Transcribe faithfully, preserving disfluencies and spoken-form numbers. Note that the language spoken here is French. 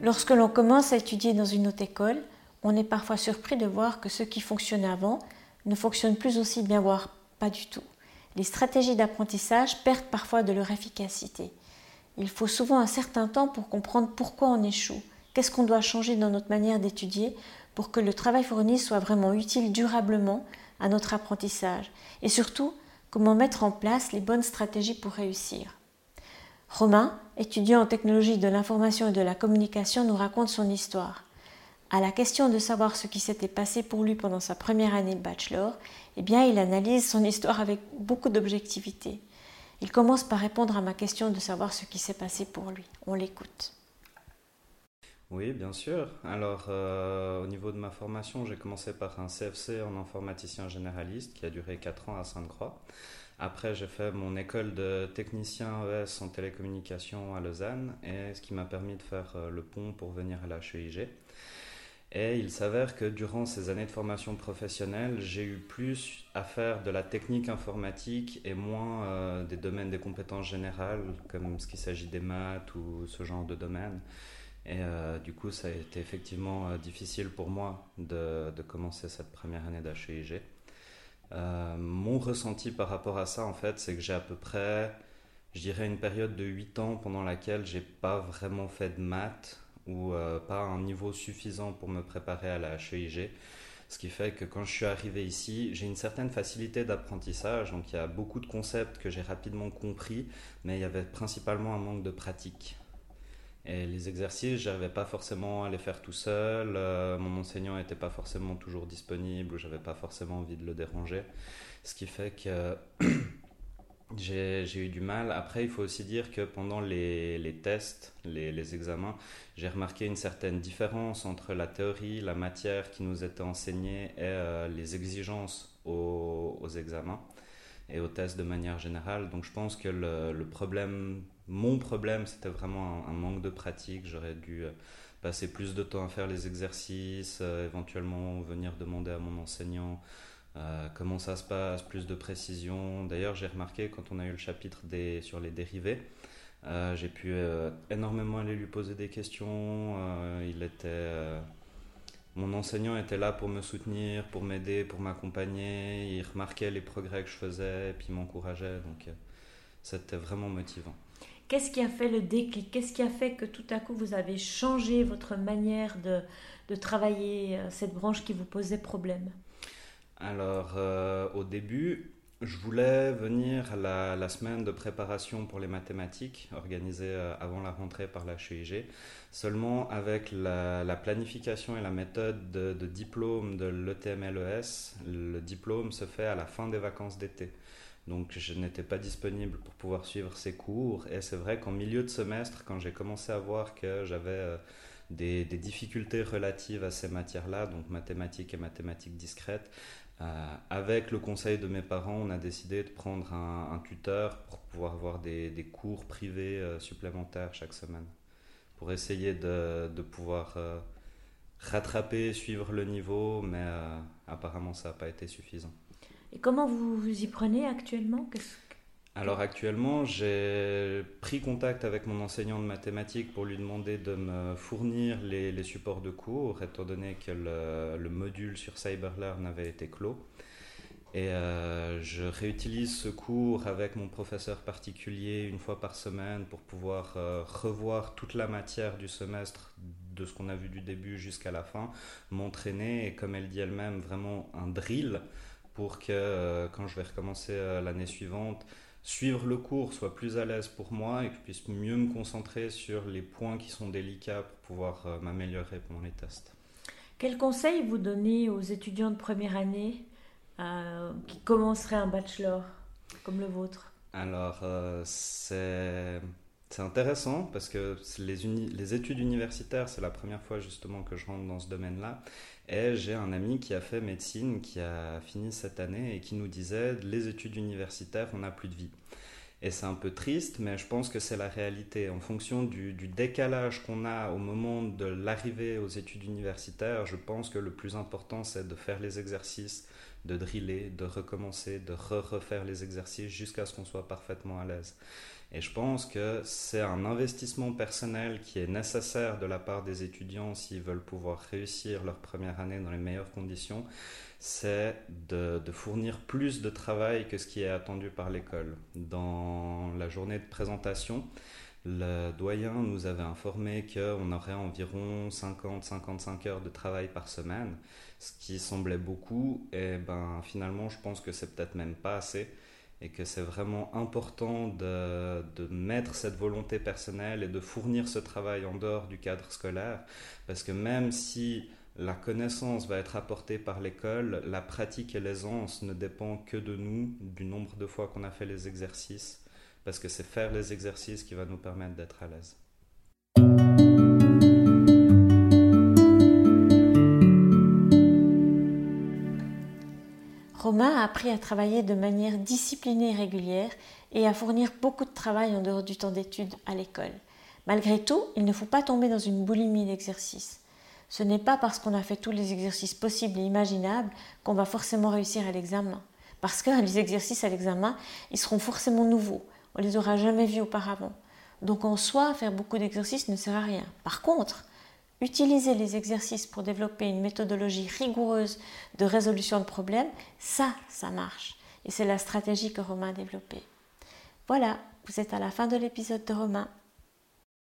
Lorsque l'on commence à étudier dans une haute école, on est parfois surpris de voir que ce qui fonctionnait avant ne fonctionne plus aussi bien, voire pas du tout. Les stratégies d'apprentissage perdent parfois de leur efficacité. Il faut souvent un certain temps pour comprendre pourquoi on échoue, qu'est-ce qu'on doit changer dans notre manière d'étudier pour que le travail fourni soit vraiment utile durablement à notre apprentissage et surtout, comment mettre en place les bonnes stratégies pour réussir. Romain, étudiant en technologie de l'information et de la communication, nous raconte son histoire. À la question de savoir ce qui s'était passé pour lui pendant sa première année de bachelor, eh bien, il analyse son histoire avec beaucoup d'objectivité. Il commence par répondre à ma question de savoir ce qui s'est passé pour lui. On l'écoute. Oui, bien sûr. Alors, euh, au niveau de ma formation, j'ai commencé par un C F C en informaticien généraliste qui a duré quatre ans à Sainte-Croix. Après, j'ai fait mon école de technicien E S en télécommunication à Lausanne, et ce qui m'a permis de faire le pont pour venir à la H E I G. Et il s'avère que durant ces années de formation professionnelle, j'ai eu plus à faire de la technique informatique et moins euh, des domaines des compétences générales, comme ce qu'il s'agit des maths ou ce genre de domaine. Et euh, du coup, ça a été effectivement euh, difficile pour moi de, de commencer cette première année d'H E I G. Euh, mon ressenti par rapport à ça, en fait, c'est que j'ai à peu près, je dirais, une période de huit ans pendant laquelle j'ai pas vraiment fait de maths ou euh, pas un niveau suffisant pour me préparer à la H E I G. Ce qui fait que quand je suis arrivé ici, j'ai une certaine facilité d'apprentissage. Donc il y a beaucoup de concepts que j'ai rapidement compris, mais il y avait principalement un manque de pratique. Et les exercices, je n'arrivais pas forcément à les faire tout seul. Euh, mon enseignant n'était pas forcément toujours disponible ou je n'avais pas forcément envie de le déranger. Ce qui fait que j'ai, j'ai eu du mal. Après, il faut aussi dire que pendant les, les tests, les, les examens, j'ai remarqué une certaine différence entre la théorie, la matière qui nous était enseignée et euh, les exigences aux, aux examens et aux tests de manière générale. Donc je pense que le, le problème, mon problème, c'était vraiment un, un manque de pratique. J'aurais dû euh, passer plus de temps à faire les exercices, euh, éventuellement venir demander à mon enseignant euh, comment ça se passe, plus de précision. D'ailleurs, j'ai remarqué quand on a eu le chapitre des, sur les dérivés, euh, j'ai pu euh, énormément aller lui poser des questions. Euh, il était... Euh, Mon enseignant était là pour me soutenir, pour m'aider, pour m'accompagner. Il remarquait les progrès que je faisais et puis il m'encourageait. Donc, euh, c'était vraiment motivant. Qu'est-ce qui a fait le déclic? Qu'est-ce qui a fait que tout à coup vous avez changé votre manière de, de travailler cette branche qui vous posait problème? Alors, euh, au début, je voulais venir à la, la semaine de préparation pour les mathématiques organisée euh, avant la rentrée par la H E I G. Seulement avec la, la planification et la méthode de, de diplôme de l'E T M L E S, le diplôme se fait à la fin des vacances d'été. Donc je n'étais pas disponible pour pouvoir suivre ces cours. Et c'est vrai qu'en milieu de semestre, quand j'ai commencé à voir que j'avais euh, des, des difficultés relatives à ces matières-là, donc mathématiques et mathématiques discrètes, euh, avec le conseil de mes parents, on a décidé de prendre un, un tuteur pour pouvoir avoir des, des cours privés euh, supplémentaires chaque semaine, pour essayer de, de pouvoir euh, rattraper, suivre le niveau, mais euh, apparemment ça n'a pas été suffisant. Et comment vous vous y prenez actuellement? Qu'est-ce que... Alors actuellement, j'ai pris contact avec mon enseignant de mathématiques pour lui demander de me fournir les, les supports de cours, étant donné que le, le module sur CyberLearn avait été clos. Et euh, je réutilise ce cours avec mon professeur particulier une fois par semaine pour pouvoir euh, revoir toute la matière du semestre, de ce qu'on a vu du début jusqu'à la fin, m'entraîner et, comme elle dit elle-même, vraiment un drill pour que euh, quand je vais recommencer euh, l'année suivante, suivre le cours soit plus à l'aise pour moi et que je puisse mieux me concentrer sur les points qui sont délicats pour pouvoir euh, m'améliorer pendant les tests. Quel conseil vous donnez aux étudiants de première année euh, qui commenceraient un bachelor comme le vôtre? Alors, euh, c'est, c'est intéressant parce que les, uni- les études universitaires, c'est la première fois justement que je rentre dans ce domaine-là. Et j'ai un ami qui a fait médecine, qui a fini cette année et qui nous disait les études universitaires, on n'a plus de vie. Et c'est un peu triste, mais je pense que c'est la réalité. En fonction du, du décalage qu'on a au moment de l'arrivée aux études universitaires, je pense que le plus important, c'est de faire les exercices, de driller, de recommencer, de re-refaire les exercices jusqu'à ce qu'on soit parfaitement à l'aise. Et je pense que c'est un investissement personnel qui est nécessaire de la part des étudiants s'ils veulent pouvoir réussir leur première année dans les meilleures conditions, c'est de, de fournir plus de travail que ce qui est attendu par l'école. Dans la journée de présentation, le doyen nous avait informé qu'on aurait environ cinquante à cinquante-cinq heures de travail par semaine, ce qui semblait beaucoup, et ben finalement je pense que c'est peut-être même pas assez, et que c'est vraiment important de, de mettre cette volonté personnelle et de fournir ce travail en dehors du cadre scolaire, parce que même si la connaissance va être apportée par l'école, la pratique et l'aisance ne dépendent que de nous, du nombre de fois qu'on a fait les exercices, parce que c'est faire les exercices qui va nous permettre d'être à l'aise. Romain a appris à travailler de manière disciplinée et régulière et à fournir beaucoup de travail en dehors du temps d'études à l'école. Malgré tout, il ne faut pas tomber dans une boulimie d'exercices. Ce n'est pas parce qu'on a fait tous les exercices possibles et imaginables qu'on va forcément réussir à l'examen. Parce que les exercices à l'examen, ils seront forcément nouveaux. On ne les aura jamais vus auparavant. Donc en soi, faire beaucoup d'exercices ne sert à rien. Par contre, utiliser les exercices pour développer une méthodologie rigoureuse de résolution de problèmes, ça, ça marche. Et c'est la stratégie que Romain a développée. Voilà, vous êtes à la fin de l'épisode de Romain.